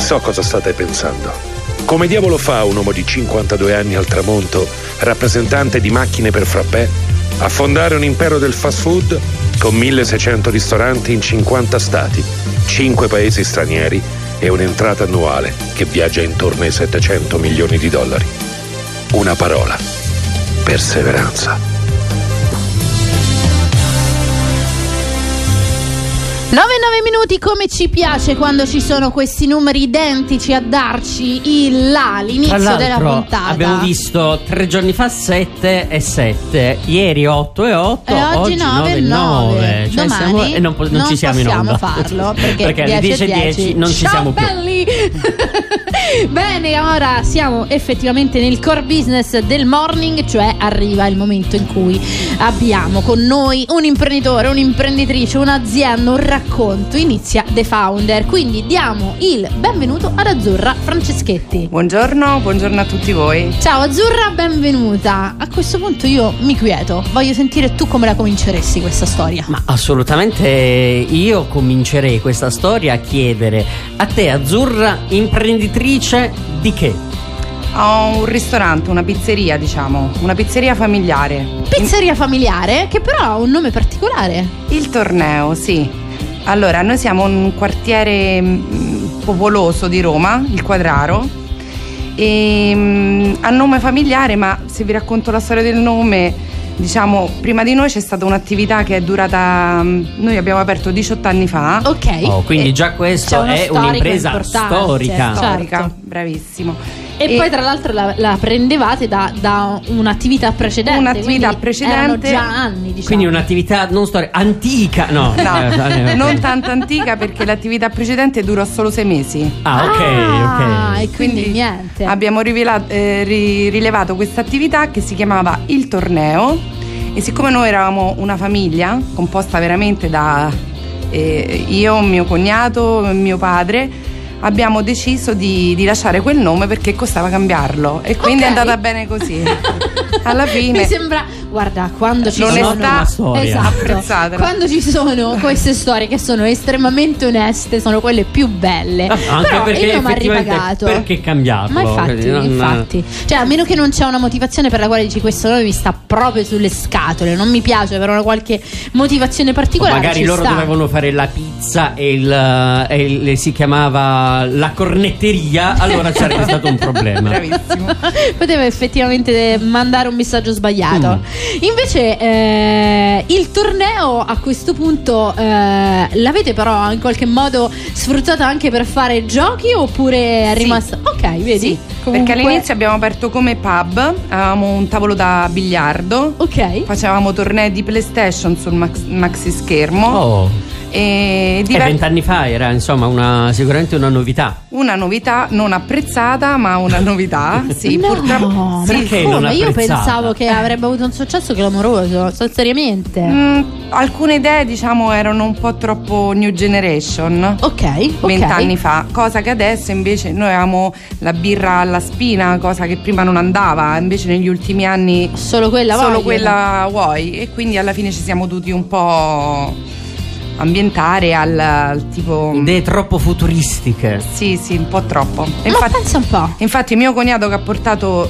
So cosa state pensando. Come diavolo fa un uomo di 52 anni al tramonto, rappresentante di macchine per frappè, a fondare un impero del fast food con 1600 ristoranti in 50 stati, 5 paesi stranieri e un'entrata annuale che viaggia intorno ai 700 milioni di dollari? Una parola: perseveranza. 9 minuti, come ci piace quando ci sono questi numeri identici a darci l'inizio della puntata. Abbiamo visto 3 giorni fa 7 e 7, ieri 8 e 8, oggi 9 e 9. Cioè domani non ci siamo in onda. Non possiamo farlo perché alle 10 e 10 non ci siamo più. Bene, ora siamo effettivamente nel core business del morning, cioè arriva il momento in cui abbiamo con noi un imprenditore, un'imprenditrice, un'azienda, un racconto. Inizia The Founder, quindi diamo il benvenuto ad Azzurra Franceschetti. Buongiorno a tutti voi. Ciao Azzurra, benvenuta. A questo punto io mi quieto, voglio sentire tu come la cominceresti questa storia. Ma assolutamente io comincerei questa storia a chiedere a te, Azzurra, imprenditrice di che? Ho un ristorante, una pizzeria, diciamo, una pizzeria familiare. Pizzeria familiare, che però ha un nome particolare. Il Torneo, sì. Allora, noi siamo un quartiere popoloso di Roma, il Quadraro, e ha nome familiare, ma se vi racconto la storia del nome, diciamo, prima di noi c'è stata un'attività che è durata, noi abbiamo aperto 18 anni fa. Ok. Quindi già questo è un'impresa storica. Certo. Bravissimo. E poi tra l'altro la prendevate da un'attività precedente. Erano già anni, diciamo. Quindi un'attività non storica, antica. No, non tanto antica, perché l'attività precedente durò solo 6 mesi. Ok. E quindi niente. Abbiamo rilevato questa attività che si chiamava Il Torneo, e siccome noi eravamo una famiglia composta veramente da io, mio cognato e mio padre, abbiamo deciso di lasciare quel nome perché costava cambiarlo, e quindi è andata bene così. Alla fine mi sembra, guarda, quando ci sono esatto, quando ci sono queste storie che sono estremamente oneste, sono quelle più belle. Anche però perché il nome ha ripagato. Perché cambiarlo? Ma infatti, cioè, a meno che non c'è una motivazione per la quale dici questo nome mi sta proprio sulle scatole, non mi piace, però qualche motivazione particolare. Magari loro dovevano fare la pizza e si chiamava la cornetteria, allora sarebbe stato un problema. Bravissimo. Poteva effettivamente mandare un messaggio sbagliato. Invece il torneo a questo punto l'avete però in qualche modo sfruttato anche per fare giochi, oppure è rimasto? Ok, vedi? Sì, comunque... perché all'inizio abbiamo aperto come pub, avevamo un tavolo da biliardo, facevamo tornei di PlayStation sul maxi schermo. E 20 anni fa era insomma sicuramente una novità. Una novità non apprezzata, ma una novità. Sì, no, purtroppo. Perché sì. non io apprezzata? pensavo che avrebbe avuto un successo clamoroso, seriamente. Alcune idee, diciamo, erano un po' troppo new generation. Ok. 20 anni fa, cosa che adesso invece noi avevamo la birra alla spina, cosa che prima non andava, invece negli ultimi anni solo quella vuoi, e quindi alla fine ci siamo dovuti un po' ambientare al tipo idee troppo futuristiche. Sì, un po' troppo. Ma pensa un po'. Infatti mio cognato che ha portato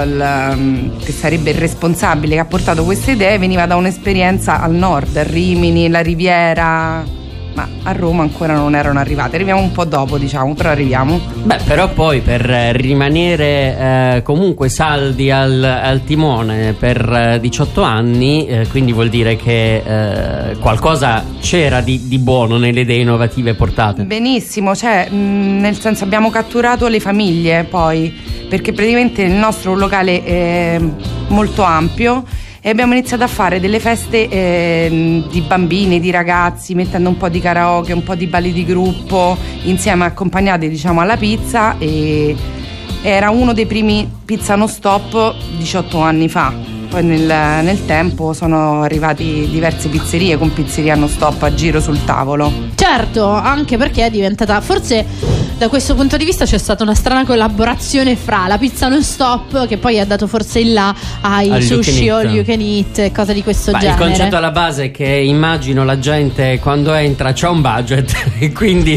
che sarebbe il responsabile, che ha portato queste idee, veniva da un'esperienza al nord, a Rimini, la Riviera, ma a Roma ancora non erano arrivate. Arriviamo un po' dopo, diciamo, però arriviamo. Beh, però poi per rimanere comunque saldi al timone per 18 anni, quindi vuol dire che qualcosa c'era di buono nelle idee innovative portate. Benissimo, cioè nel senso abbiamo catturato le famiglie poi, perché praticamente il nostro locale è molto ampio, e abbiamo iniziato a fare delle feste di bambini, di ragazzi, mettendo un po' di karaoke, un po' di balli di gruppo, insieme accompagnati, diciamo, alla pizza, e era uno dei primi pizza non stop 18 anni fa. Poi nel tempo sono arrivati diverse pizzerie con pizzeria non stop a giro sul tavolo. Certo, anche perché è diventata forse da questo punto di vista c'è stata una strana collaborazione fra la pizza non stop, che poi ha dato forse il là ai sushi all you can eat, cose di questo genere. Il concetto alla base è che immagino la gente quando entra c'ha un budget e quindi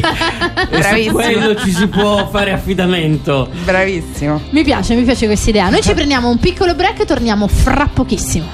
su quello ci si può fare affidamento. Bravissimo. Mi piace questa idea. Noi ci prendiamo un piccolo break e torniamo fra pochissimo.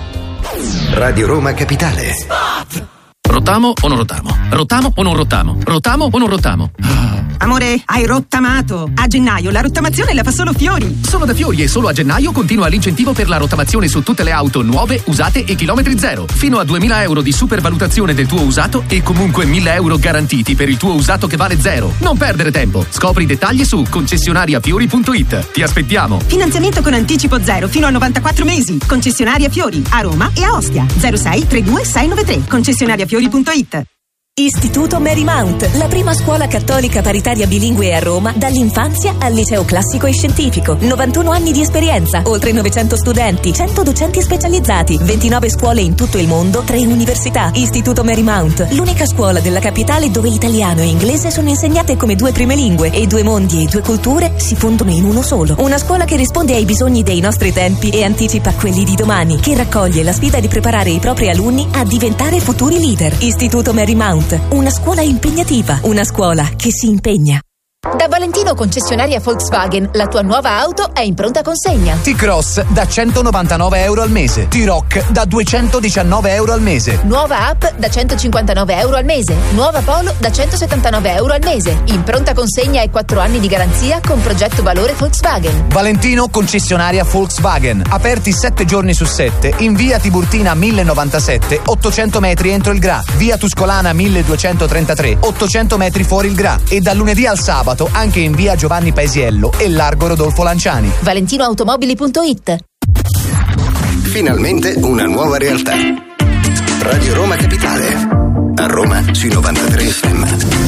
Radio Roma Capitale. Spot! Rotamo o non rotamo? Rotamo o non rotamo? Rotamo o non rotamo? Amore, hai rottamato. A gennaio la rottamazione la fa solo Fiori. Solo da Fiori e solo a gennaio continua l'incentivo per la rottamazione su tutte le auto nuove, usate e chilometri zero. Fino a 2.000 euro di supervalutazione del tuo usato e comunque 1.000 euro garantiti per il tuo usato che vale zero. Non perdere tempo. Scopri i dettagli su concessionariafiori.it. Ti aspettiamo. Finanziamento con anticipo zero fino a 94 mesi. Concessionaria Fiori a Roma e a Ostia. 06 32 693. Concessionariafiori.it. Istituto Marymount, la prima scuola cattolica paritaria bilingue a Roma, dall'infanzia al liceo classico e scientifico. 91 anni di esperienza, oltre 900 studenti, 100 docenti specializzati, 29 scuole in tutto il mondo, 3 università. Istituto Marymount, l'unica scuola della capitale dove italiano e inglese sono insegnate come 2 prime lingue e 2 mondi e 2 culture si fondono in uno solo. Una scuola che risponde ai bisogni dei nostri tempi e anticipa quelli di domani, che raccoglie la sfida di preparare i propri alunni a diventare futuri leader. Istituto Marymount, una scuola impegnativa, una scuola che si impegna. Da Valentino concessionaria Volkswagen, la tua nuova auto è in pronta consegna. T-Cross da 199 euro al mese. T-Rock da 219 euro al mese. Nuova App da 159 euro al mese. Nuova Polo da 179 euro al mese. In pronta consegna e 4 anni di garanzia con progetto valore Volkswagen. Valentino concessionaria Volkswagen. Aperti 7 giorni su 7 in via Tiburtina 1097, 800 metri entro il Gra. Via Tuscolana 1233, 800 metri fuori il Gra. E dal lunedì al sabato anche in via Giovanni Paesiello e largo Rodolfo Lanciani. ValentinoAutomobili.it. Finalmente una nuova realtà. Radio Roma Capitale. A Roma sui 93 FM.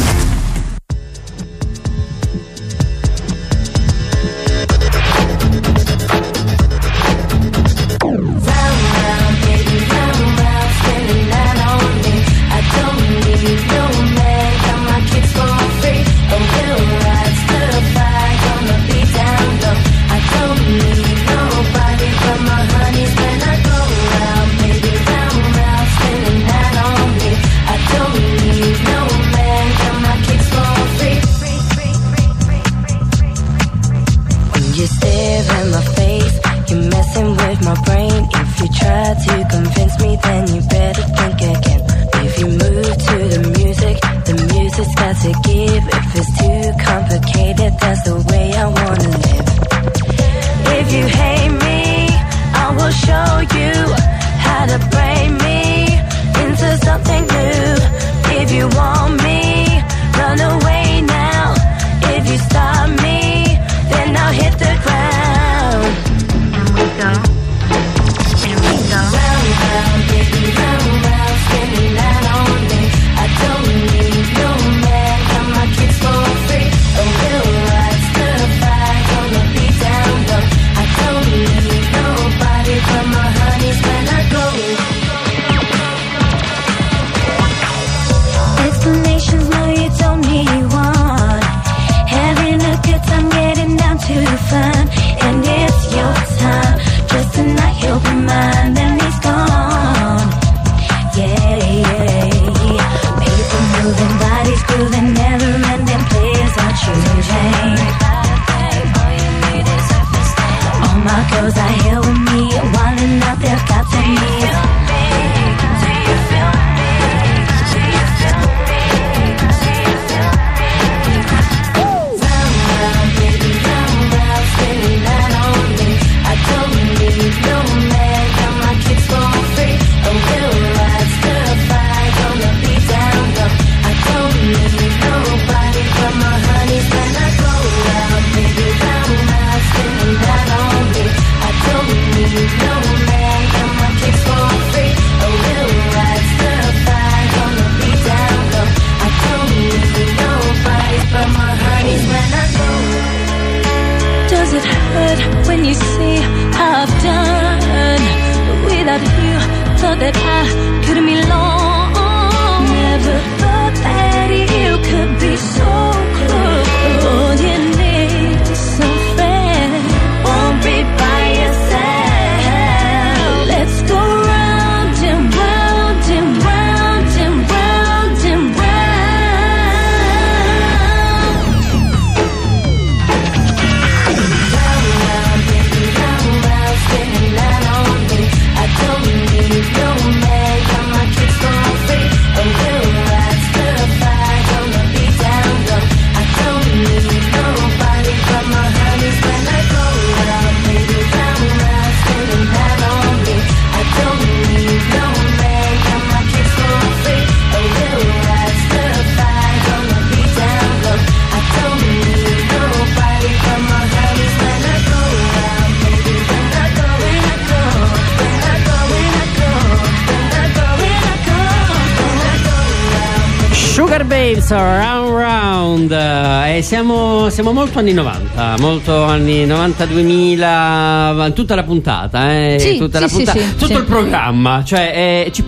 To convince me, then you better think again. If you move to the music's got to give. If it's too complicated, that's the way I wanna live. If you hate me, I will show you how to break me into something new. If you want me, run away now. If you stop me, then I'll hit the ground. And we go. Round, round, baby, round, round, spinning that on me. I don't need no man, got my kicks for free. A real ride, stir fire, gonna be down low. I don't need nobody but my honeys when I go. Explanations, no, you don't need one. Having a good time, getting down to the fun. And it's your time, just tonight you'll be mine. Then he's gone, yeah, yeah. People moving, bodies grooving, never-ending players are choosing. All my girls are here with me, wilding out, they've got to leave. Does it hurt when you see how I've done? Without you, thought that I couldn't be long. Never thought that you could be so close. Babes, Round. E siamo molto anni 90, molto anni 90, 2000, tutta la puntata, Sì, tutta sì, la puntata, sì, tutto sì. il programma, cioè ci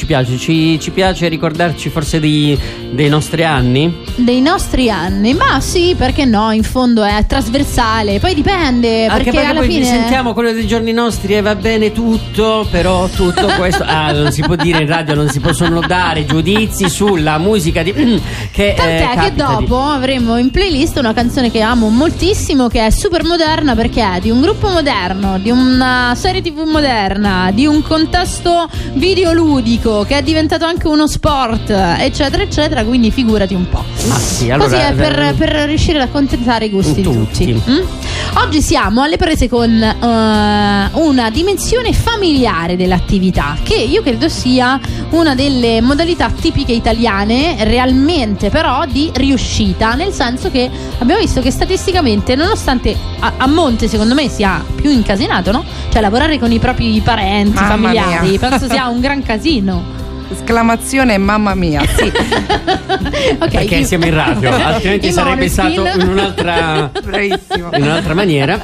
piace ricordarci forse dei nostri anni. Dei nostri anni, ma sì, perché no? In fondo è trasversale, poi dipende, Anche perché alla poi fine sentiamo quello dei giorni nostri e va bene tutto, però tutto questo non si può dire in radio, non si possono dare giudizi sulla musica che tant'è che dopo avremo in playlist una canzone che amo moltissimo, che è super moderna, perché è di un gruppo moderno, di una serie TV moderna, di un contesto videoludico che è diventato anche uno sport, eccetera eccetera, quindi figurati un po'. Ma sì, allora, così è per riuscire ad accontentare i gusti di tutti. Oggi siamo alle prese con una dimensione familiare dell'attività, che io credo sia una delle modalità tipiche italiane, realmente però di riuscita, nel senso che abbiamo visto che statisticamente, nonostante a monte secondo me sia più incasinato, no? Cioè lavorare con i propri parenti, Mamma familiari, mia. penso sia un gran casino. Esclamazione mamma mia, sì. Ok, perché siamo in radio, altrimenti I sarebbe Måneskin. stato in un'altra Bravissimo. in un'altra maniera.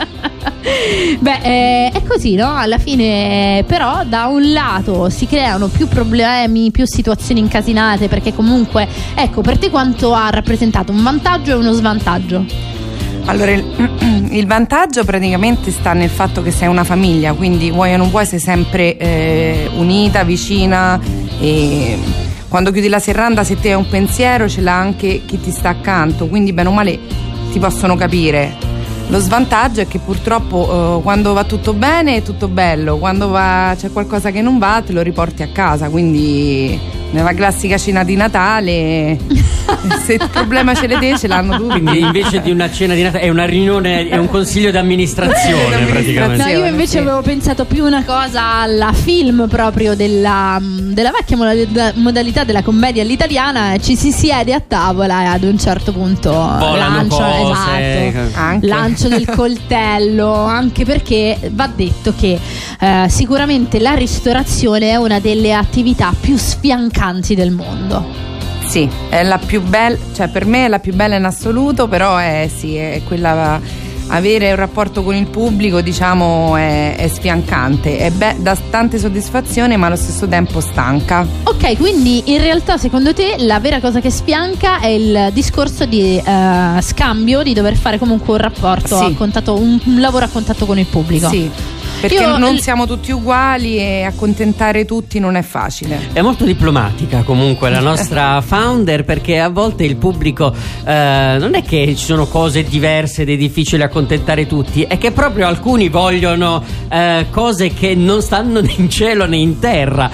Beh, è così, no? Alla fine, però, da un lato si creano più problemi, più situazioni incasinate, perché comunque, ecco, per te quanto ha rappresentato un vantaggio e uno svantaggio? Allora, il vantaggio praticamente sta nel fatto che sei una famiglia, quindi vuoi o non vuoi sei sempre unita, vicina, e quando chiudi la serranda, se te hai un pensiero ce l'ha anche chi ti sta accanto, quindi bene o male ti possono capire. Lo svantaggio è che purtroppo quando va tutto bene è tutto bello, quando c'è qualcosa che non va te lo riporti a casa, quindi nella classica cena di Natale se il problema ce l'hai te, ce l'hanno tutti. Quindi invece di una cena di Natale è una riunione, è un consiglio d'amministrazione praticamente. No, io invece avevo pensato più una cosa alla film proprio della vecchia modalità della commedia all'italiana, ci si siede a tavola e ad un certo punto volano cose, esatto, lancio del coltello, anche perché va detto che sicuramente la ristorazione è una delle attività più sfiancanti del mondo. Sì, è la più bella, cioè per me è la più bella in assoluto, però è quella, avere un rapporto con il pubblico, diciamo, è sfiancante, dà tante soddisfazioni ma allo stesso tempo stanca. Ok, quindi in realtà secondo te la vera cosa che sfianca è il discorso di scambio, di dover fare comunque un rapporto a contatto, un lavoro a contatto con il pubblico. Sì. Perché non siamo tutti uguali e accontentare tutti non è facile. È molto diplomatica comunque la nostra founder, perché a volte il pubblico non è che ci sono cose diverse ed è difficile accontentare tutti, è che proprio alcuni vogliono cose che non stanno né in cielo né in terra.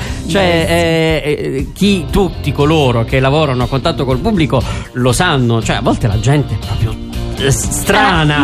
Cioè tutti coloro che lavorano a contatto col pubblico lo sanno, cioè a volte la gente è proprio strana.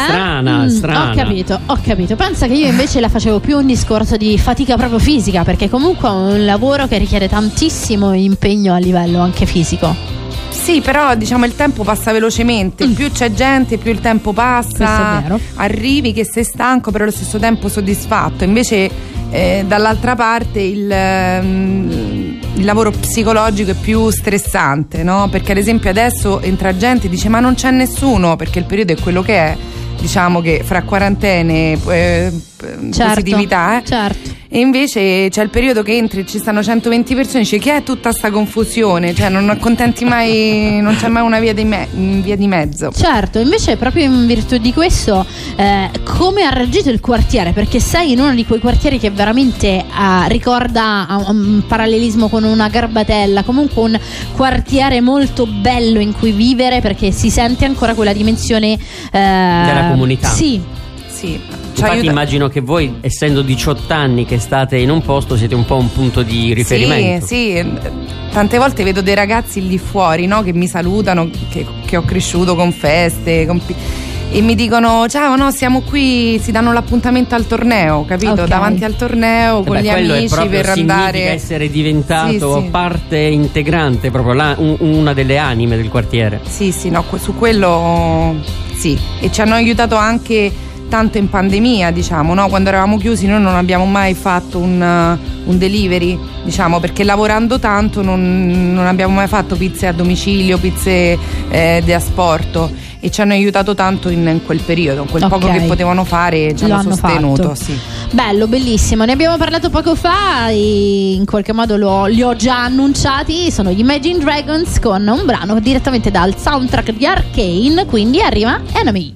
Ho capito. Pensa che io invece la facevo più un discorso di fatica proprio fisica, perché comunque è un lavoro che richiede tantissimo impegno a livello anche fisico. Sì, però diciamo il tempo passa velocemente, più c'è gente, più il tempo passa. Questo è vero. Arrivi che sei stanco, però allo stesso tempo soddisfatto. Invece dall'altra parte il lavoro psicologico è più stressante, no? Perché ad esempio adesso entra gente e dice ma non c'è nessuno, perché il periodo è quello che è, diciamo che fra quarantene positività certo. E invece c'è il periodo che entri e ci stanno 120 persone, dice che è tutta sta confusione, cioè non accontenti mai, non c'è mai una via di mezzo. Certo, invece proprio in virtù di questo come ha reagito il quartiere? Perché sei in uno di quei quartieri che veramente ricorda un parallelismo con una garbatella, comunque un quartiere molto bello in cui vivere, perché si sente ancora quella dimensione della comunità. Sì. Infatti immagino che voi, essendo 18 anni che state in un posto, siete un po' un punto di riferimento. Sì, tante volte vedo dei ragazzi lì fuori, no, che mi salutano, che ho cresciuto con feste, e mi dicono ciao, no, siamo qui, si danno l'appuntamento al torneo, capito? Okay. Davanti al torneo con gli amici per andare. Significa essere diventato parte integrante, proprio una delle anime del quartiere. Sì, no, su quello sì, e ci hanno aiutato anche soltanto in pandemia, diciamo, no? Quando eravamo chiusi noi non abbiamo mai fatto un delivery, diciamo, perché lavorando tanto non abbiamo mai fatto pizze a domicilio, pizze da asporto, e ci hanno aiutato tanto in quel periodo, quel poco che potevano fare ci hanno sostenuto. Sì. Bello, bellissimo, ne abbiamo parlato poco fa e in qualche modo li ho già annunciati. Sono gli Imagine Dragons con un brano direttamente dal soundtrack di Arcane, quindi arriva Enemy.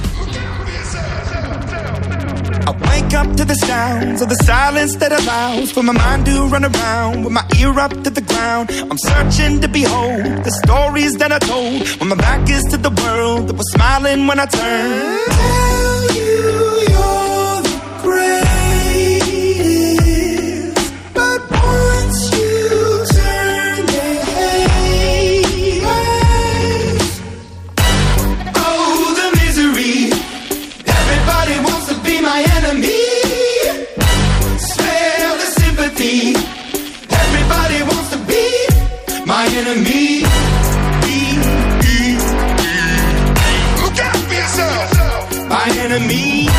I wake up to the sounds of the silence that allows for my mind to run around with my ear up to the ground. I'm searching to behold the stories that I told when my back is to the world that was smiling when I turned. Tell you you're the greatest, but once you turn they hate us. Oh, the misery. Everybody wants to be my enemy. Smell the sympathy. Everybody wants to be my enemy. Look out for yourself. My enemy.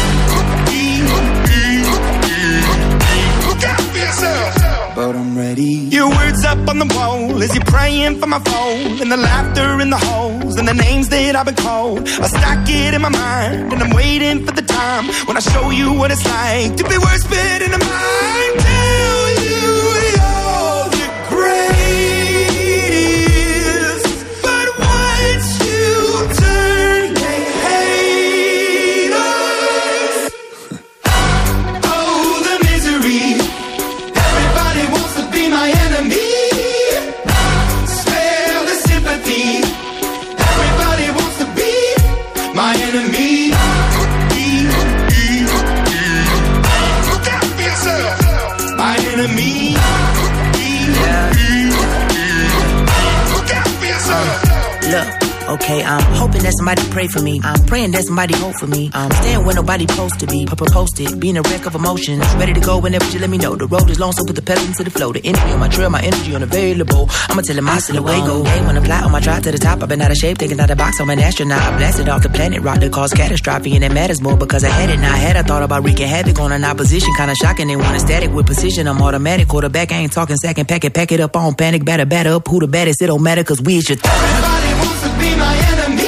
Look out for yourself. But I'm ready. Your words up on the wall as you're praying for my phone, and the laughter in the halls and the names that I've been called. I stack it in my mind and I'm waiting for the time when I show you what it's like to be worse fit in the mind. Tell you you're the greatest, but once you turn they hate us. Oh, the misery. Everybody wants to be my enemy. Spare the sympathy. Everybody wants to be my enemy. Look out for yourself. My enemy. Look out for yourself. Look. Okay, I'm hoping that somebody pray for me. I'm praying that somebody hope for me. I'm staying where nobody supposed to be. Posted, being a wreck of emotions. Ready to go whenever you let me know. The road is long, so put the pedal into the flow. The energy on my trail, my energy unavailable. I'ma tell him I still away go. Hey, when I fly on my drive to the top, I've been out of shape, taking out the box. I'm an astronaut. I blasted off the planet, rock that caused catastrophe, and it matters more because I had it. Now I had, I thought about wreaking havoc on an opposition. Kinda shocking, they want a static with precision. I'm automatic, quarterback, I ain't talking second. Pack it up, on panic, batter up. Who the baddest? It don't matter, cause we is your Everybody wants to be my enemy.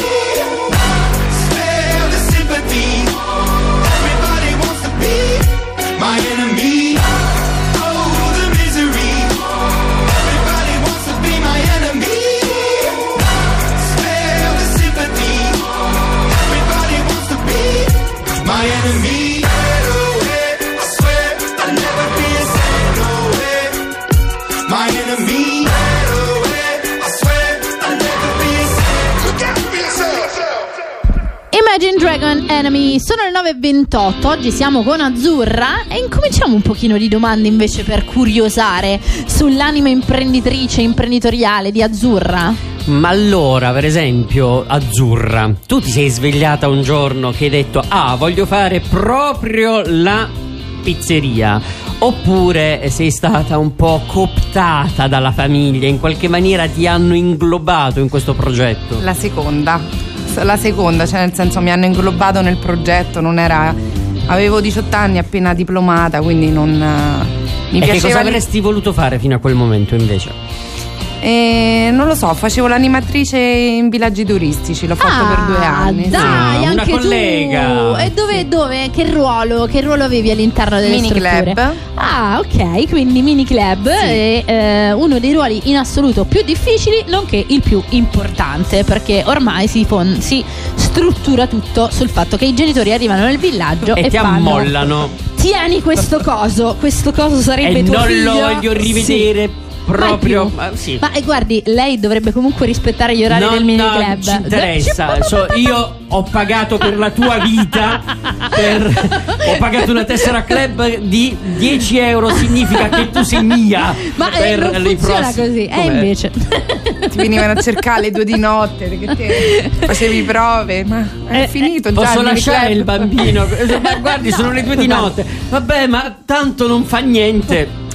Spare the sympathy. Everybody wants to be my enemy. Oh, the misery. Everybody wants to be my enemy. Spare the sympathy. Everybody wants to be my enemy. I swear I'll never be the same, no way. My enemy. Imagine Dragon Enemy. Sono le 9.28, oggi siamo con Azzurra e incominciamo un pochino di domande invece per curiosare sull'anima imprenditoriale di Azzurra. Ma allora, per esempio, Azzurra, tu ti sei svegliata un giorno che hai detto voglio fare proprio la pizzeria, oppure sei stata un po' cooptata dalla famiglia, in qualche maniera ti hanno inglobato in questo progetto? La seconda, cioè nel senso mi hanno inglobato nel progetto, avevo 18 anni appena diplomata, quindi non mi piaceva. Che cosa avresti voluto fare fino a quel momento invece? Non lo so, facevo l'animatrice in villaggi turistici, l'ho fatto per 2 anni. Dai, sì. Anche una collega. Tu. E dove? Che ruolo avevi all'interno delle mini strutture? Club. Ok, quindi mini club, sì. E uno dei ruoli in assoluto più difficili, nonché il più importante, perché ormai si struttura tutto sul fatto che i genitori arrivano nel villaggio e ti ammollano. Tieni questo coso sarebbe tuo figlio. E non lo voglio rivedere. Sì. Proprio, sì. Ma guardi, lei dovrebbe comunque rispettare gli orari del mini club. Non ci interessa. Io ho pagato per la tua vita. Ho pagato una tessera club di 10 euro. Significa che tu sei mia. Ma per non funziona così. Invece ti venivano a cercare alle 2 di notte perché te facevi prove. Ma è finito già. Posso lasciare il bambino? Ma guardi, sono le 2 di notte. Vabbè, ma tanto non fa niente.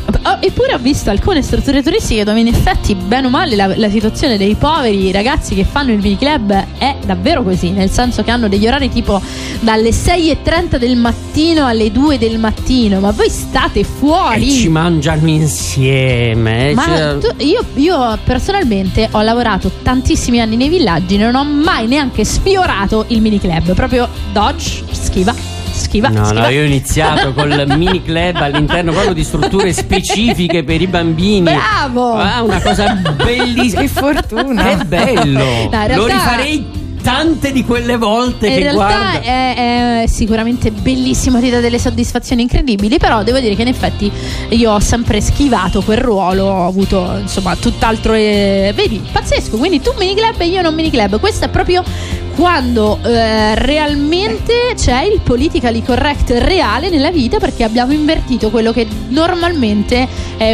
Eppure ho visto alcune strutture turistiche dove in effetti bene o male la situazione dei poveri ragazzi che fanno il miniclub è davvero così, nel senso che hanno degli orari tipo dalle 6:30 del mattino alle 2 del mattino, ma voi state fuori e ci mangiano insieme. Ma io personalmente ho lavorato tantissimi anni nei villaggi, non ho mai neanche sfiorato il miniclub, proprio dodge, schiva. No, io ho iniziato col mini club all'interno proprio di strutture specifiche per i bambini. Bravo! Una cosa bellissima. Che fortuna! Che bello! No, in realtà, lo rifarei tante di quelle volte in che realtà guarda. È sicuramente bellissimo, ti dà delle soddisfazioni incredibili, però devo dire che in effetti io ho sempre schivato quel ruolo, ho avuto insomma tutt'altro vedi, pazzesco, quindi tu mini club e io non mini club. Questo è proprio quando realmente c'è il politically correct reale nella vita, perché abbiamo invertito quello che normalmente è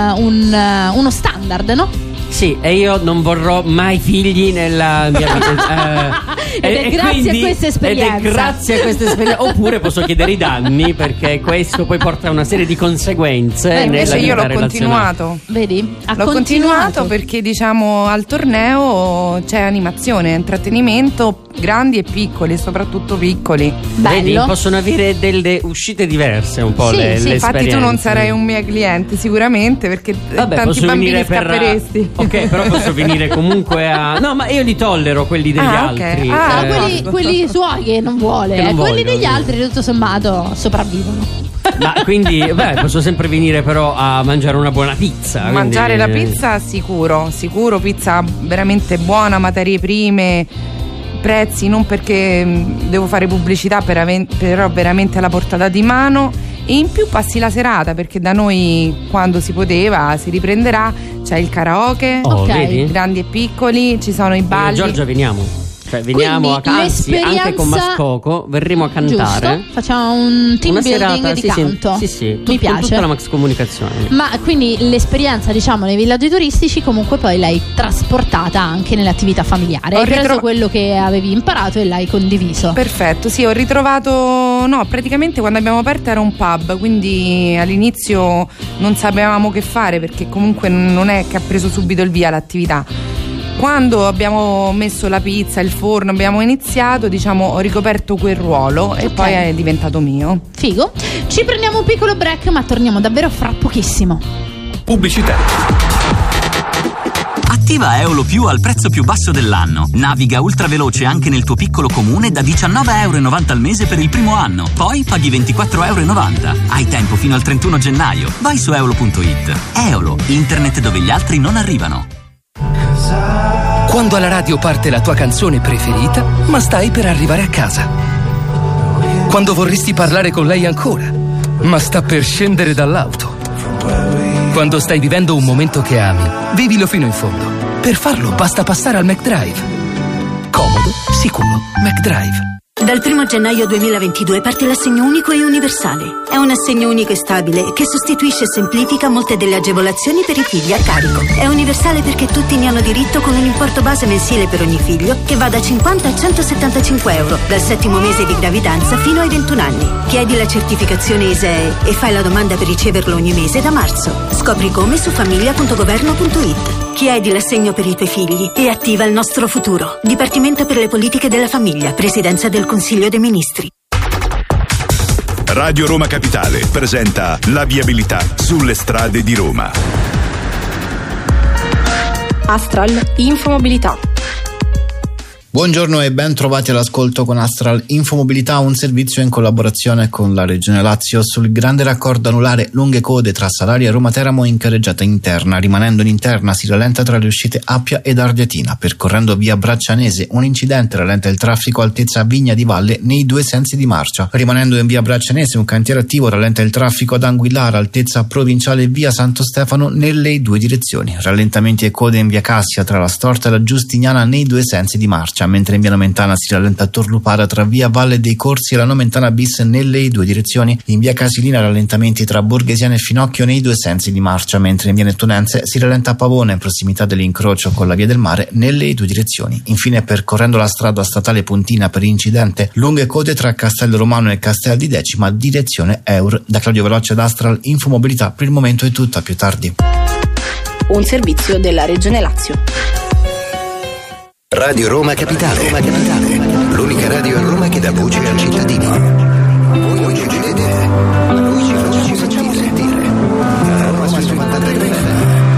uno standard, no? Sì, e io non vorrò mai figli nella mia vita. Ed è grazie a questa esperienza. Ed è grazie a questa esperienza. Oppure posso chiedere i danni, perché questo poi porta a una serie di conseguenze. Invece io l'ho continuato. Vedi? L'ho continuato perché diciamo al torneo c'è animazione, intrattenimento, grandi e piccoli, soprattutto piccoli. Vedi, possono avere delle uscite diverse un po' le esperienze. Infatti tu non sarai un mio cliente sicuramente, perché tanti bambini scapperesti. Ok, però posso venire comunque a... No, ma io li tollero quelli degli altri. Quelli suoi che non vuole. Che non quelli vogliono. degli altri tutto sommato sopravvivono. Ma quindi posso sempre venire però a mangiare una buona pizza. Mangiare la pizza sicuro, pizza veramente buona, materie prime, prezzi, non perché devo fare pubblicità, però veramente alla portata di mano. E in più passi la serata, perché da noi quando si poteva, si riprenderà, c'è il karaoke, grandi e piccoli, ci sono i balli. Giorgia, veniamo. Cioè, veniamo anche con Mascoco, verremo a cantare. Giusto? Facciamo un team una building serata, di canto. Sì. Mi piace. Tutta la Max Comunicazione. Ma quindi l'esperienza, diciamo, nei villaggi turistici comunque poi l'hai trasportata anche nelle attività familiari. Hai preso quello che avevi imparato e l'hai condiviso. Perfetto, sì, ho ritrovato, praticamente quando abbiamo aperto era un pub, quindi all'inizio non sapevamo che fare, perché comunque non è che ha preso subito il via l'attività. Quando abbiamo messo la pizza, il forno, abbiamo iniziato, diciamo, ho ricoperto quel ruolo e poi è diventato mio. Figo. Ci prendiamo un piccolo break, ma torniamo davvero fra pochissimo. Pubblicità. Attiva Eolo Più al prezzo più basso dell'anno. Naviga ultraveloce anche nel tuo piccolo comune da €19,90 al mese per il primo anno. Poi paghi €24,90. Hai tempo fino al 31 gennaio. Vai su eolo.it. Eolo, internet dove gli altri non arrivano. Quando alla radio parte la tua canzone preferita, ma stai per arrivare a casa. Quando vorresti parlare con lei ancora, ma sta per scendere dall'auto. Quando stai vivendo un momento che ami, vivilo fino in fondo. Per farlo basta passare al McDrive. Comodo, sicuro, McDrive. Dal 1 gennaio 2022 parte l'assegno unico e universale. È un assegno unico e stabile che sostituisce e semplifica molte delle agevolazioni per i figli a carico. È universale perché tutti ne hanno diritto, con un importo base mensile per ogni figlio che va da 50 a €175 dal 7° mese di gravidanza fino ai 21 anni. Chiedi la certificazione ISEE e fai la domanda per riceverlo ogni mese da marzo. Scopri come su famiglia.governo.it. Chiedi l'assegno per i tuoi figli e attiva il nostro futuro. Dipartimento per le politiche della famiglia, Presidenza del Consiglio dei Ministri. Radio Roma Capitale presenta la viabilità sulle strade di Roma. Astral Infomobilità. Buongiorno e ben trovati all'ascolto con Astral Infomobilità, un servizio in collaborazione con la Regione Lazio sul grande raccordo anulare lunghe code tra Salaria e Roma Teramo in carreggiata interna. Rimanendo in interna si rallenta tra le uscite Appia ed Ardiatina. Percorrendo via Braccianese un incidente rallenta il traffico altezza Vigna di Valle nei due sensi di marcia. Rimanendo in via Braccianese un cantiere attivo rallenta il traffico ad Anguillara altezza Provinciale via Santo Stefano nelle due direzioni. Rallentamenti e code in via Cassia tra la Storta e la Giustiniana nei due sensi di marcia. marcia, mentre in via Nomentana si rallenta a Torlupara tra via Valle dei Corsi e la Nomentana bis nelle due direzioni. In via Casilina rallentamenti tra Borghesiana e Finocchio nei due sensi di marcia, mentre in via Nettunense si rallenta a Pavone in prossimità dell'incrocio con la via del Mare nelle due direzioni. Infine, percorrendo la strada statale Pontina per incidente, lunghe code tra Castello Romano e Castel di Decima direzione Eur. Da Claudio Veloce ad Astral Infomobilità, per il momento è tutto, a più tardi. Un servizio della Regione Lazio. Radio Roma Capitale. Roma Capitale. L'unica radio a Roma che dà voce al cittadino. Voi non ci credete, ma noi ci facciamo sentire. Roma sui 93.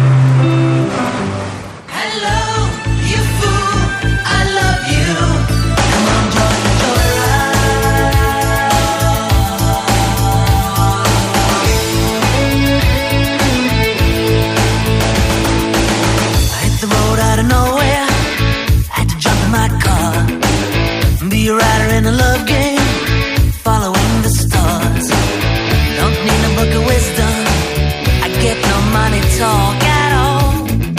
Be a rider in a love game, following the stars. Don't need a book of wisdom, I get no money talk at all.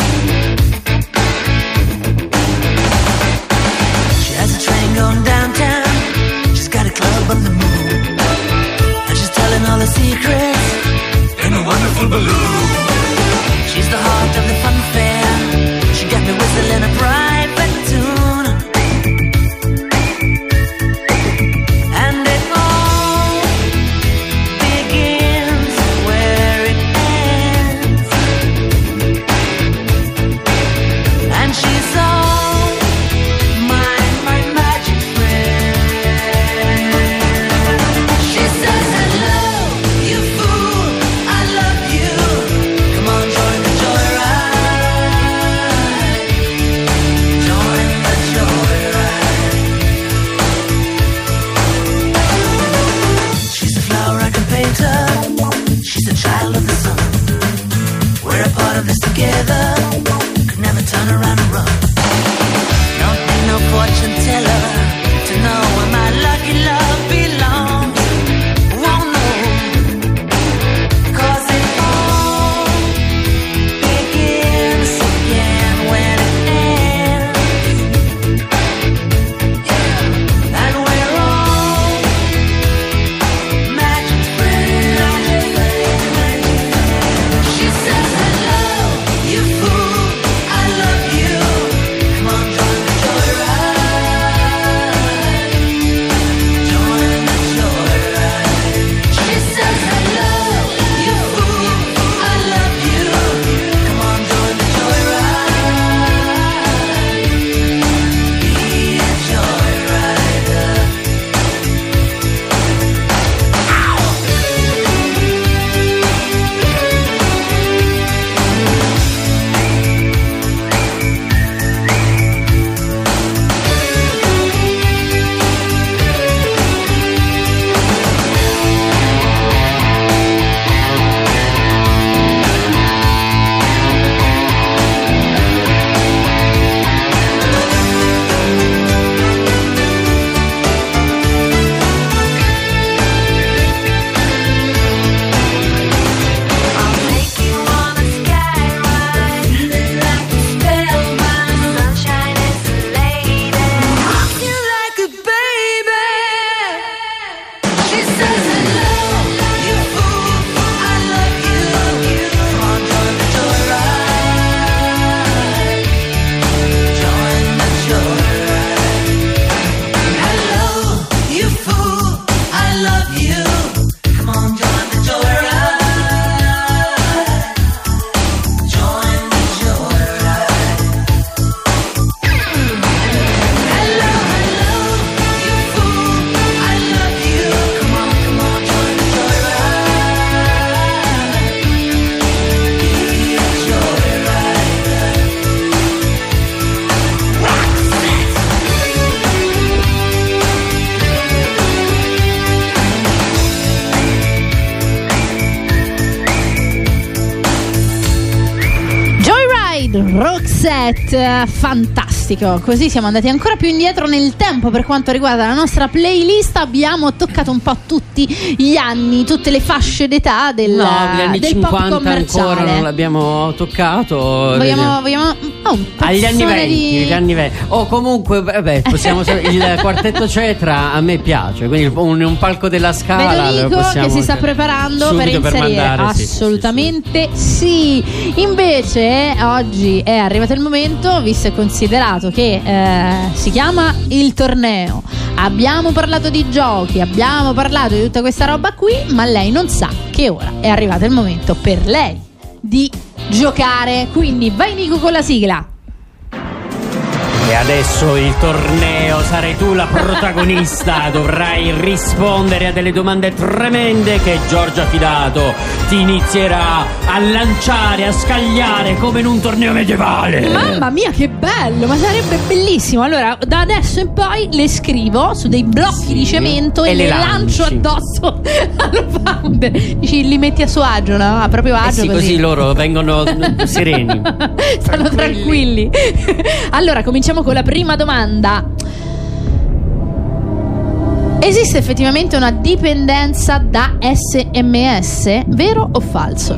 She has a train going downtown, she's got a club on the moon, and she's telling all her secrets in a wonderful balloon. She's the heart of the fun fair, she got me whistling a private tune. She's a child of the sun. We're a part of this together. Could never turn around and run. Don't need no fortune teller to know where my lucky love belongs. Won't know, 'cause it all begins again when it ends. Yeah. And we're all magic friends. She says hello, you fool, I love you. Come on, join the joyride. Join the joyride. She says hello, you fool, I love you. Come on, join the joyride. Be a joyrider. Roxette, fantastica Fantastico, così siamo andati ancora più indietro nel tempo per quanto riguarda la nostra playlist. Abbiamo toccato un po' tutti gli anni, tutte le fasce d'età del, no, gli anni del 50 pop commerciale. ancora non l'abbiamo toccato. Vogliamo un agli anni 20, di... gli anni 20. O comunque, vabbè, possiamo il quartetto Cetra a me piace, quindi un palco della Scala. Vedo Nico che si sta preparando per inserire. Assolutamente sì. Invece oggi è arrivato il momento, visto e considerato che si chiama il torneo, abbiamo parlato di giochi, abbiamo parlato di tutta questa roba qui, ma lei non sa che ora è arrivato il momento per lei di giocare. Quindi vai Nico con la sigla. E adesso il torneo, sarai tu la protagonista, dovrai rispondere a delle domande tremende che Giorgia Fidato ti inizierà a lanciare, a scagliare come in un torneo medievale. Mamma mia che bello, ma sarebbe bellissimo. Allora da adesso in poi le scrivo su dei blocchi di cemento e le lancio addosso allo founder. Dici, li metti a suo agio, no? A proprio agio, sì, così loro vengono sereni. Stanno tranquilli. Allora cominciamo con la prima domanda. Esiste effettivamente una dipendenza da SMS? Vero o falso?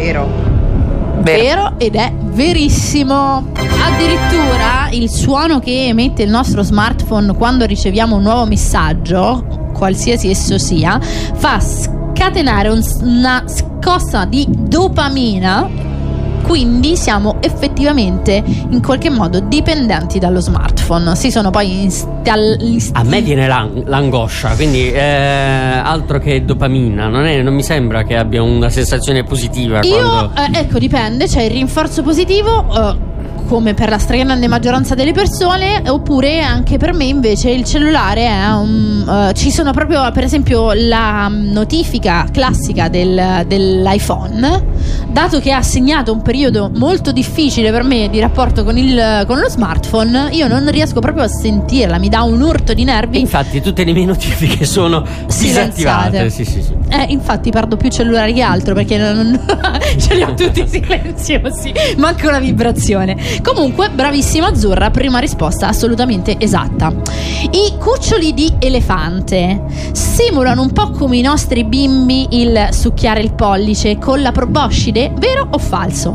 Vero ed è verissimo. Addirittura il suono che emette il nostro smartphone quando riceviamo un nuovo messaggio, qualsiasi esso sia, fa scatenare una scossa di dopamina. Quindi siamo effettivamente in qualche modo dipendenti dallo smartphone. Si sono poi a me viene l'angoscia, quindi altro che dopamina. Non mi sembra che abbia una sensazione positiva. Io ecco, dipende. C'è il rinforzo positivo, come per la stragrande maggioranza delle persone, oppure anche per me invece il cellulare è ci sono proprio, per esempio, la notifica classica dell'iPhone, dato che ha segnato un periodo molto difficile per me di rapporto con lo smartphone, io non riesco proprio a sentirla, mi dà un urto di nervi. Infatti tutte le mie notifiche sono disattivate. Sì. Infatti perdo più cellulari che altro, perché ce li ho tutti silenziosi, manca una vibrazione. Comunque, bravissima Azzurra, prima risposta assolutamente esatta. I cuccioli di elefante simulano un po' come i nostri bimbi il succhiare il pollice con la proboscide, vero o falso?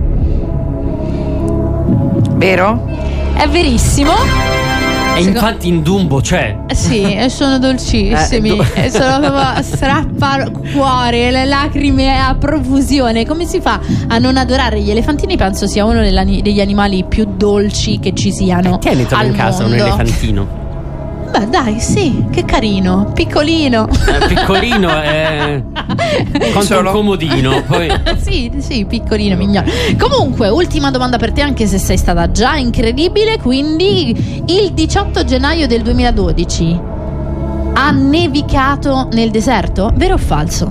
Vero? È verissimo. E infatti in Dumbo c'è. Sì, e sono dolcissimi. Sono proprio strappa cuore, le lacrime a profusione. Come si fa a non adorare gli elefantini? Penso sia uno degli animali più dolci che ci siano. Tienitelo in casa un elefantino. Beh dai, sì, che carino, piccolino. Piccolino quanto un comodino poi. Sì, piccolino, mignolo. Comunque, ultima domanda per te, anche se sei stata già incredibile. Quindi, il 18 gennaio del 2012 ha nevicato nel deserto? Vero o falso?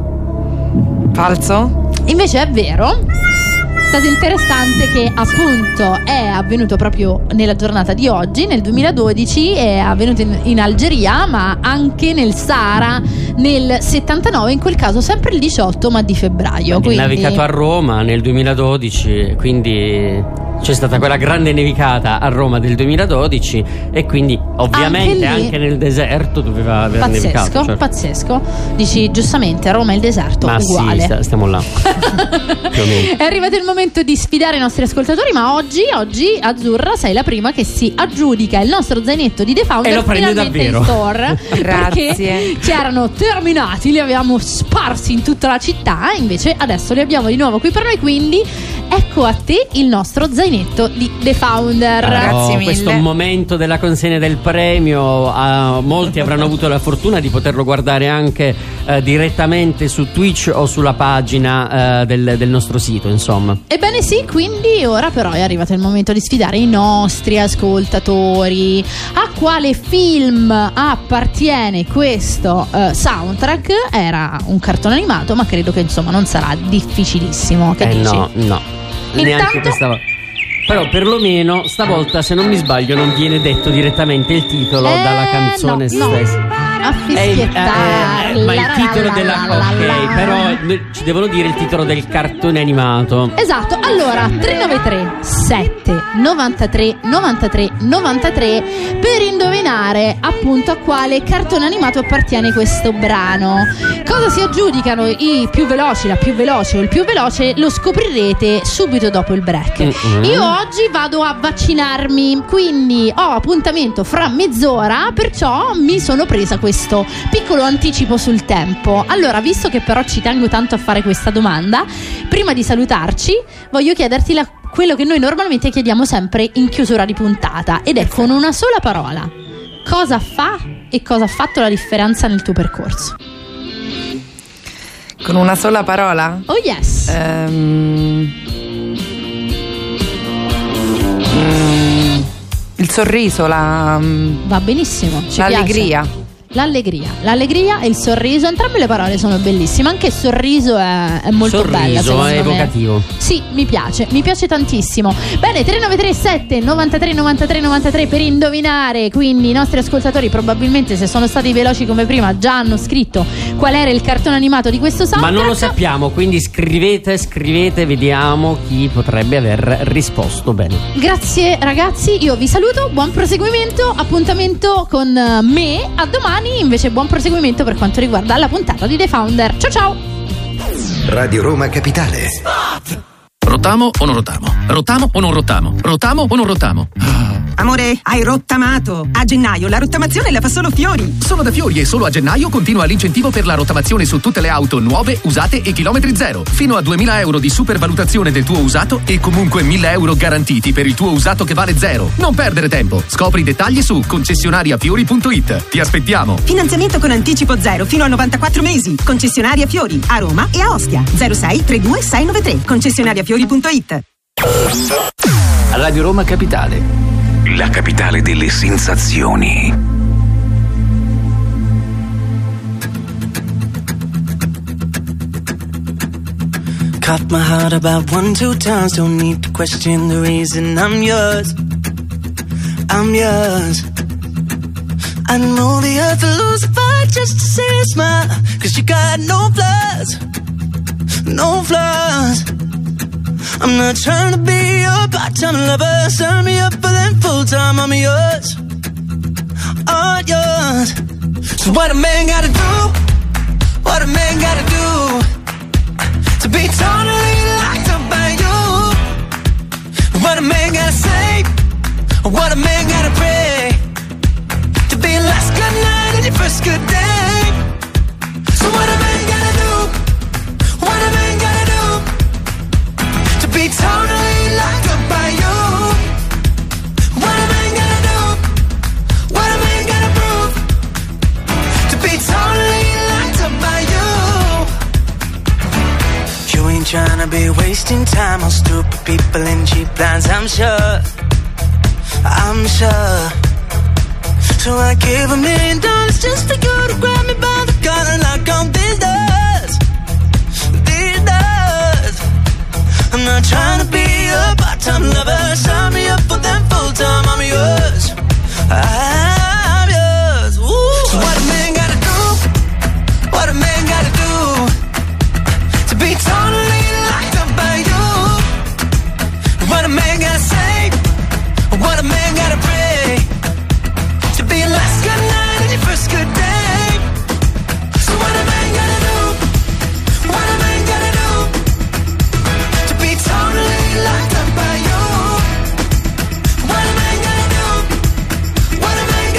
Falso. Invece è vero. Dato interessante che appunto è avvenuto proprio nella giornata di oggi, nel 2012, è avvenuto in Algeria, ma anche nel Sahara nel 79, in quel caso sempre il 18 ma di febbraio. Quindi navigato a Roma nel 2012, quindi c'è stata quella grande nevicata a Roma del 2012 e quindi ovviamente anche nel deserto doveva aver nevicato. Certo. Pazzesco. Dici giustamente, a Roma il deserto ma uguale. Sì, stiamo là. Più o meno. È arrivato il momento di sfidare i nostri ascoltatori, ma oggi Azzurra sei la prima che si aggiudica il nostro zainetto di The Founder e lo prende davvero in store. Grazie. Perché ci erano terminati, li avevamo sparsi in tutta la città, invece adesso li abbiamo di nuovo qui per noi, quindi ecco a te il nostro zainetto di The Founder. Grazie mille. Questo momento della consegna del premio, molti avranno avuto la fortuna di poterlo guardare anche direttamente su Twitch o sulla pagina del nostro sito, insomma. Ebbene sì, quindi ora però è arrivato il momento di sfidare i nostri ascoltatori. A quale film appartiene questo soundtrack? Era un cartone animato, ma credo che insomma non sarà difficilissimo. Che dici? No. Neanche questa volta. Però perlomeno stavolta, se non mi sbaglio, non viene detto direttamente il titolo dalla canzone stessa. A fischiettare. Ma il titolo ok, però ci devono dire il titolo del cartone animato. Esatto, allora 393 7 93 93 93 per indovinare appunto a quale cartone animato appartiene questo brano. Cosa si aggiudicano i più veloci, la più veloce o il più veloce, lo scoprirete subito dopo il break. Io oggi vado a vaccinarmi, quindi ho appuntamento fra mezz'ora, perciò mi sono presa questo piccolo anticipo sul tempo. Allora, visto che però ci tengo tanto a fare questa domanda, prima di salutarci voglio chiederti quello che noi normalmente chiediamo sempre in chiusura di puntata, ed è con una sola parola: cosa fa e cosa ha fatto la differenza nel tuo percorso? Con una sola parola? Oh yes. Il sorriso, va benissimo, ci l'allegria. piace. L'allegria e il sorriso, entrambe le parole sono bellissime. Anche il sorriso è molto bella, secondo me. È evocativo. Sì, mi piace tantissimo. Bene, 3937 93 93 93 per indovinare. Quindi i nostri ascoltatori, probabilmente, se sono stati veloci come prima, già hanno scritto qual era il cartone animato di questo soundtrack. Ma non lo sappiamo, quindi scrivete, vediamo chi potrebbe aver risposto bene. Grazie ragazzi, io vi saluto, buon proseguimento, appuntamento con me a domani. Invece buon proseguimento per quanto riguarda la puntata di The Founder. Ciao. Radio Roma Capitale. Rotamo o non rotamo? Rotamo o non rotamo? Rotamo o non rotamo? Amore, hai rottamato. A gennaio la rottamazione la fa solo Fiori. Solo da Fiori e solo a gennaio continua l'incentivo per la rottamazione su tutte le auto nuove, usate e chilometri zero. Fino a 2000 euro di supervalutazione del tuo usato e comunque 1000 euro garantiti per il tuo usato che vale zero. Non perdere tempo. Scopri i dettagli su concessionariafiori.it. Ti aspettiamo. Finanziamento con anticipo zero fino a 94 mesi. Concessionaria Fiori a Roma e a Ostia. 06 32 693. Concessionariafiori.it. Radio Roma Capitale. La capitale delle sensazioni. Cut my heart about 1-2 times. Don't need to question the reason I'm yours. I'm yours. I know the earth will lose a fight just to see you smile. 'Cause you got no flaws. No flaws. I'm not trying to be your part-time lover. Sign me up for them full-time. I'm yours, all yours. So what a man gotta do? What a man gotta do to be totally locked up by you? What a man gotta say? What a man gotta pray to be your last good night and your first good day? So what a man gotta do? What a man gotta do to be totally locked up by you? What a man gotta do? What a man gotta prove to be totally locked up by you? You ain't tryna be wasting time on stupid people and cheap lines, I'm sure. I'm sure. So I gave $1 million just for you to grab me by the collar and lock on these doors. These doors. I'm not trying to be a part-time lover. Sign me up for them full-time. I'm yours. I'm yours. Ooh. So what a man gotta do? What a man gotta do to be totally locked up by you? What a man gotta say? What a man gotta pray to be your last good night and your first good day? So what a man gotta do? What a man gotta do to be totally locked up by you? What a man gotta do? What a man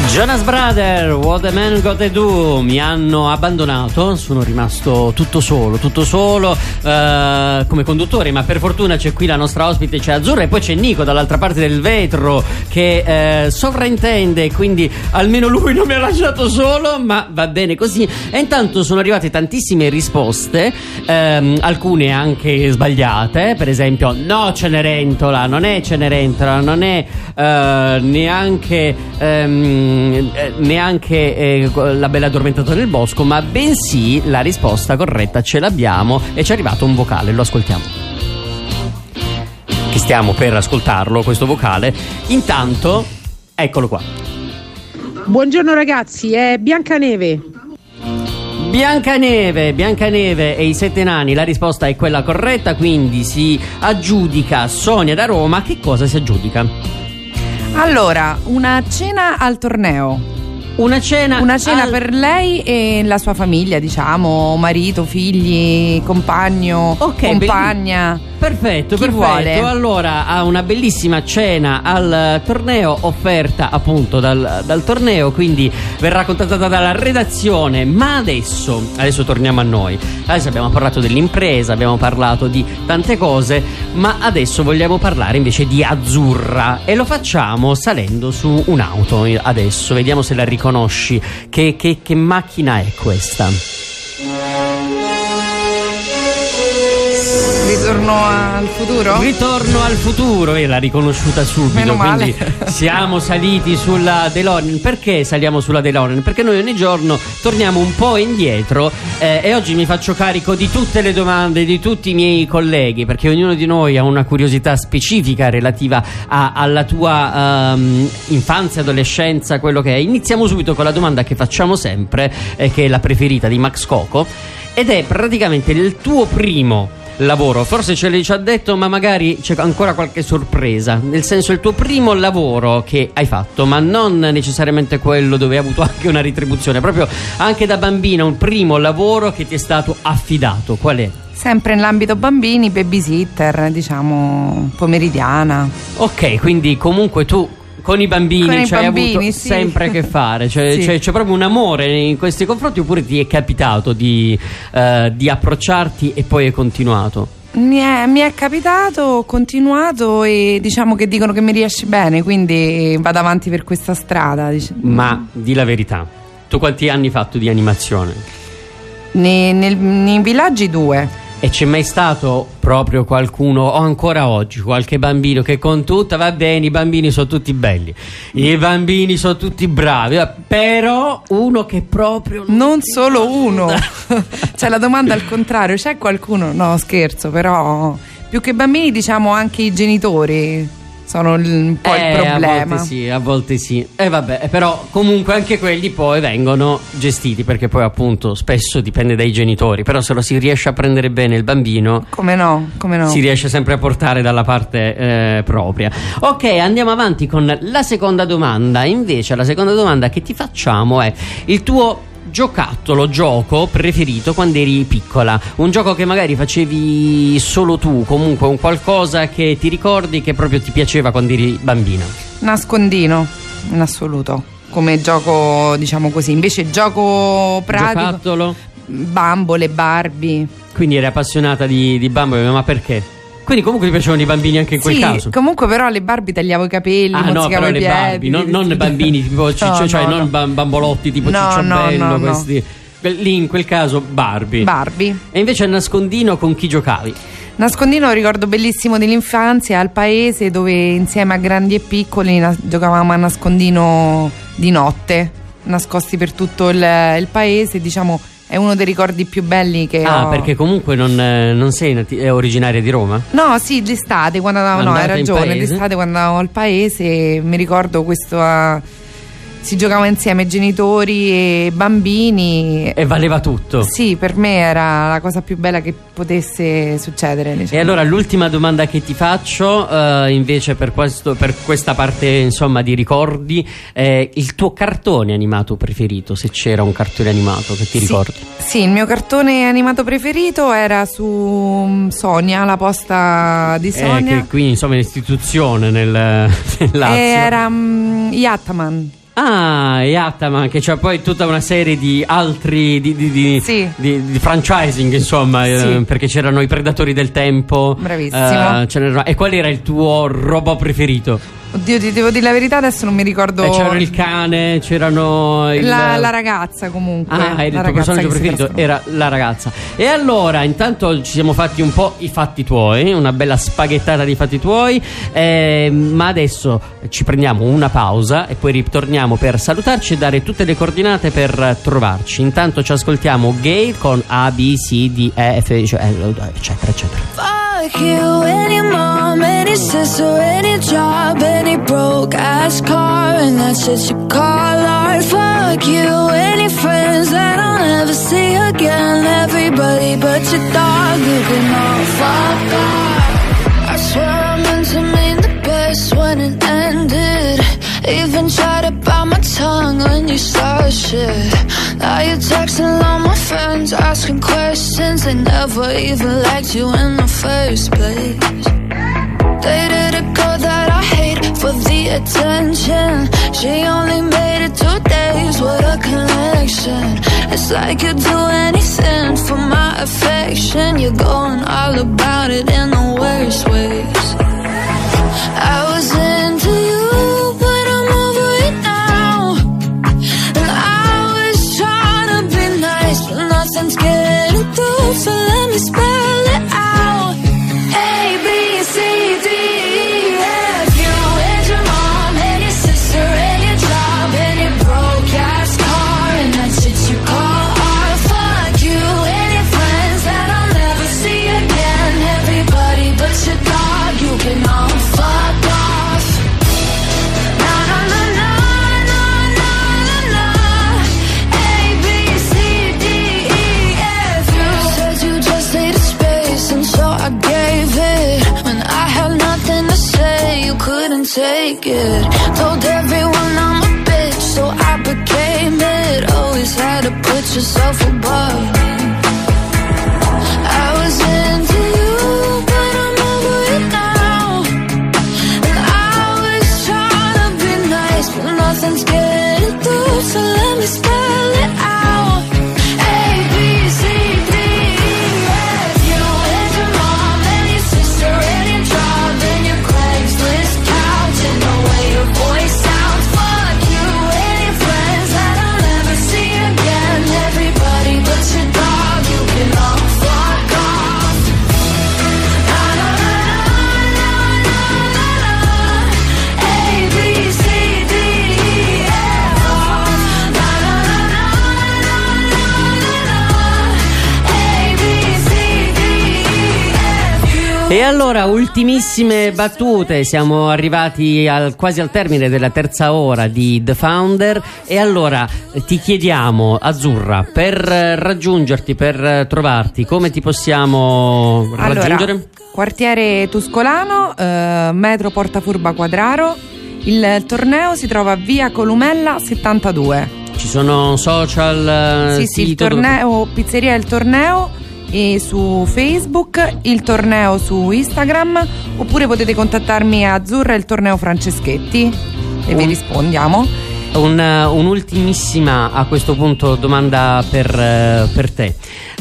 Jonas Brothers, What a Man Got to Do. Mi hanno abbandonato, sono rimasto tutto solo come conduttore, ma per fortuna c'è qui la nostra ospite, c'è Azzurra, e poi c'è Nico dall'altra parte del vetro che sovraintende, quindi almeno lui non mi ha lasciato solo, ma va bene così. E intanto sono arrivate tantissime risposte, alcune anche sbagliate, per esempio no Cenerentola, non è Cenerentola, non è neanche La bella addormentata nel bosco, ma bensì la risposta corretta ce l'abbiamo e ci è arrivato un vocale, lo ascoltiamo, che stiamo per ascoltarlo questo vocale. Intanto eccolo qua. Buongiorno ragazzi, è Biancaneve e i Sette Nani, la risposta è quella corretta, quindi si aggiudica Sonia da Roma. Che cosa si aggiudica? Allora, una cena al torneo. Una cena per lei e la sua famiglia, diciamo, marito, figli, compagno, compagna. Perfetto. Vuole? Allora ha una bellissima cena al torneo, offerta appunto dal torneo, quindi verrà contattata dalla redazione. Ma adesso torniamo a noi. Adesso abbiamo parlato dell'impresa, abbiamo parlato di tante cose, ma adesso vogliamo parlare invece di Azzurra, e lo facciamo salendo su un'auto. Adesso vediamo se la riconosci. Che macchina è questa? Ritorno al futuro, e l'ha riconosciuta subito. Meno male. Quindi siamo saliti sulla DeLorean. Perché saliamo sulla DeLorean? Perché noi ogni giorno torniamo un po' indietro, e oggi mi faccio carico di tutte le domande di tutti i miei colleghi, perché ognuno di noi ha una curiosità specifica relativa alla tua infanzia, adolescenza, quello che è. Iniziamo subito con la domanda che facciamo sempre, che è la preferita di Max Coco, ed è praticamente il tuo primo lavoro. Forse ce l'hai già detto, ma magari c'è ancora qualche sorpresa, nel senso il tuo primo lavoro che hai fatto, ma non necessariamente quello dove hai avuto anche una retribuzione, proprio anche da bambina un primo lavoro che ti è stato affidato. Qual è? Sempre nell'ambito bambini, babysitter, diciamo, pomeridiana. Ok, quindi comunque tu con i bambini hai avuto sempre a che fare, c'è proprio un amore in questi confronti, oppure ti è capitato di approcciarti e poi hai continuato? Mi è capitato, ho continuato, e diciamo che dicono che mi riesce bene, quindi vado avanti per questa strada. Ma di la verità, tu quanti anni hai fatto di animazione? Nei villaggi 2. E c'è mai stato proprio qualcuno, o ancora oggi, qualche bambino che con tutta, va bene, i bambini sono tutti belli, i bambini sono tutti bravi, però uno che proprio non solo uno. C'è la domanda al contrario, c'è qualcuno? No, scherzo, però più che bambini diciamo anche i genitori sono un po' il problema. A volte sì. E vabbè, però comunque anche quelli poi vengono gestiti, perché poi appunto spesso dipende dai genitori, però se lo si riesce a prendere bene il bambino, come no, si riesce sempre a portare dalla parte propria. Ok, andiamo avanti con la seconda domanda. Invece la seconda domanda che ti facciamo è il tuo gioco preferito quando eri piccola, un gioco che magari facevi solo tu, comunque un qualcosa che ti ricordi che proprio ti piaceva quando eri bambina. Nascondino, in assoluto, come gioco, diciamo così. Invece gioco pratico, giocattolo, bambole, Barbie. Quindi eri appassionata di bambole, ma perché? Quindi comunque ti piacevano i bambini anche in quel caso? Comunque però le Barbie tagliavo i capelli, mozzicavo i piedi. Barbie, non bambini tipo non bambolotti tipo Cicciobello, questi. Lì in quel caso Barbie. E invece a nascondino con chi giocavi? Nascondino, ricordo bellissimo dell'infanzia al paese, dove insieme a grandi e piccoli giocavamo a nascondino di notte, nascosti per tutto il paese, diciamo. È uno dei ricordi più belli che ho. Perché comunque non sei originaria di Roma? No, sì, d'estate quando andavo, hai ragione, d'estate quando andavo al paese, mi ricordo questo si giocava insieme genitori e bambini. E valeva tutto. Sì, per me era la cosa più bella che potesse succedere, diciamo. E allora l'ultima domanda che ti faccio, invece per questa parte insomma di ricordi, è il tuo cartone animato preferito, se c'era un cartone animato che ti ricordi. Sì, il mio cartone animato preferito era su Sonia, la posta di Sonia. Che qui insomma è un'istituzione nel Lazio. Era Yattaman. Ah, Yattaman, che c'è poi tutta una serie di altri di franchising, insomma, Sì. perché c'erano i Predatori del Tempo. Bravissimo. E qual era il tuo robot preferito? Oddio, ti devo dire la verità, adesso non mi ricordo. C'era il cane, c'erano la ragazza comunque. Ah, il tuo personaggio preferito era la ragazza. E allora, intanto ci siamo fatti un po' i fatti tuoi, una bella spaghettata di fatti tuoi, ma adesso ci prendiamo una pausa e poi ritorniamo per salutarci e dare tutte le coordinate per trovarci. Intanto ci ascoltiamo Gate con A, B, C, D, E, F, eccetera, eccetera. Fuck you, any mom, any sister, any job, any broke ass car, and that's shit you call art. Fuck you, any friends that I'll never see again. Everybody but your dog, you can all fuck off. I swear I meant to mean the best when it ended. Even tried to bite my tongue when you started shit. Now you're texting all my friends, asking questions. They never even liked you in the first place. Dated a girl that I hate for the attention. She only made it 2 days, what a connection. It's like you'd do anything for my affection. You're going all about it in the worst ways. I was into you, but I'm over it now. And I was trying to be nice, but nothing's getting through, so let me spell it out. A, B, C, D, E, F, you and your mom, and your sister, and your job, and your broke ass car, and that shit you call art. Fuck you and your friends that I'll never see again. Everybody but your dog, you can all fuck off. Na na na na na na na na. A, B, C, D, E, F. You said you just needed space, and so I gave it. When I had nothing to say, you couldn't take it. Told everyone I'm a bitch, so I became it. Always had to put yourself above me. I was into you, but I'm over it now. And I was trying to be nice, but nothing's getting through, so let me spell it out. A, B, C, D, E, F. You and your mom, and your sister, and your job, and your Craigslist couch, and the way your voice sounds. Fuck you and your friends that I'll never see again. Everybody but your dog, you can all fuck off. Na na na na na na na. A, B, C, D, E, F. Na na na na na na na. A, B, C, D, E, F. E allora, ultimissime battute, siamo arrivati quasi al termine della terza ora di The Founder. E allora ti chiediamo, Azzurra, per raggiungerti, per trovarti, come ti possiamo raggiungere? Allora, quartiere Tuscolano, metro Porta Furba Quadraro. Il torneo si trova a via Columella 72. Ci sono social? Sì, il sito torneo, Pizzeria Il Torneo, e su Facebook, Il Torneo su Instagram, oppure potete contattarmi a Azzurra Il Torneo Franceschetti e vi rispondiamo. Un'ultimissima a questo punto domanda per te.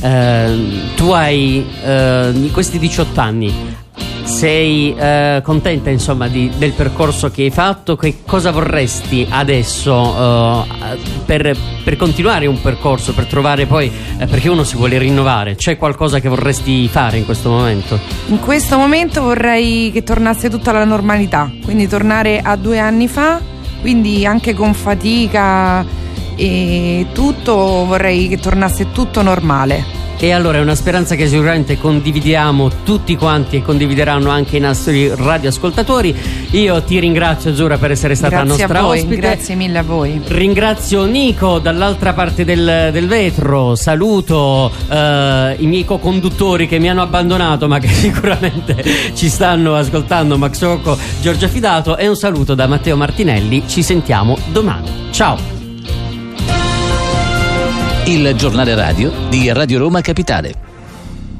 Tu hai in questi 18 anni sei contenta, insomma, del percorso che hai fatto? Che cosa vorresti adesso per continuare un percorso, per trovare poi, perché uno si vuole rinnovare, c'è qualcosa che vorresti fare in questo momento? In questo momento vorrei che tornasse tutta la normalità, quindi tornare a 2 anni fa, quindi anche con fatica e tutto, vorrei che tornasse tutto normale. E allora è una speranza che sicuramente condividiamo tutti quanti e condivideranno anche i nostri radioascoltatori. Io ti ringrazio, Azzurra, per essere stata Grazie nostra a voi, ospite. grazie mille a voi. Ringrazio Nico dall'altra parte del vetro. Saluto i miei co-conduttori che mi hanno abbandonato ma che sicuramente ci stanno ascoltando, Max Rocco, Giorgia Fidato, e un saluto da Matteo Martinelli. Ci sentiamo domani. Ciao. Il giornale radio di Radio Roma Capitale.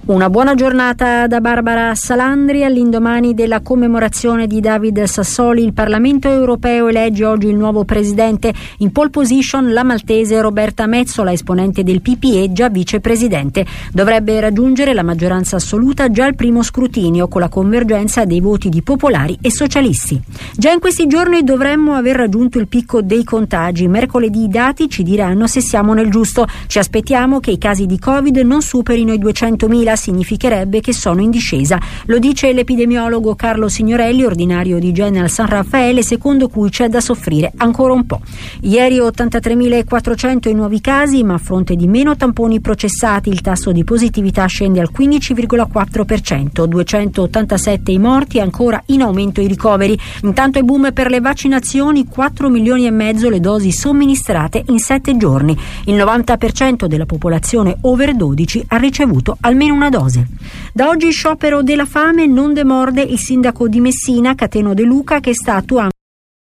Una buona giornata da Barbara Salandri. All'indomani della commemorazione di David Sassoli, il Parlamento europeo elegge oggi il nuovo presidente. In pole position la maltese Roberta Metsola, esponente del PPE, già vicepresidente. Dovrebbe raggiungere la maggioranza assoluta già al primo scrutinio, con la convergenza dei voti di popolari e socialisti. Già in questi giorni dovremmo aver raggiunto il picco dei contagi. Mercoledì i dati ci diranno se siamo nel giusto. Ci aspettiamo che i casi di Covid non superino i 200.000. Significherebbe che sono in discesa. Lo dice l'epidemiologo Carlo Signorelli, ordinario di Igiene al San Raffaele, secondo cui c'è da soffrire ancora un po'. Ieri 83.400 i nuovi casi, ma a fronte di meno tamponi processati il tasso di positività scende al 15,4%, 287 i morti, ancora in aumento i ricoveri. Intanto è boom per le vaccinazioni, 4 milioni e mezzo le dosi somministrate in 7 giorni. Il 90% della popolazione over 12 ha ricevuto almeno una dose. Da oggi sciopero della fame, non demorde il sindaco di Messina, Cateno De Luca, che sta attuando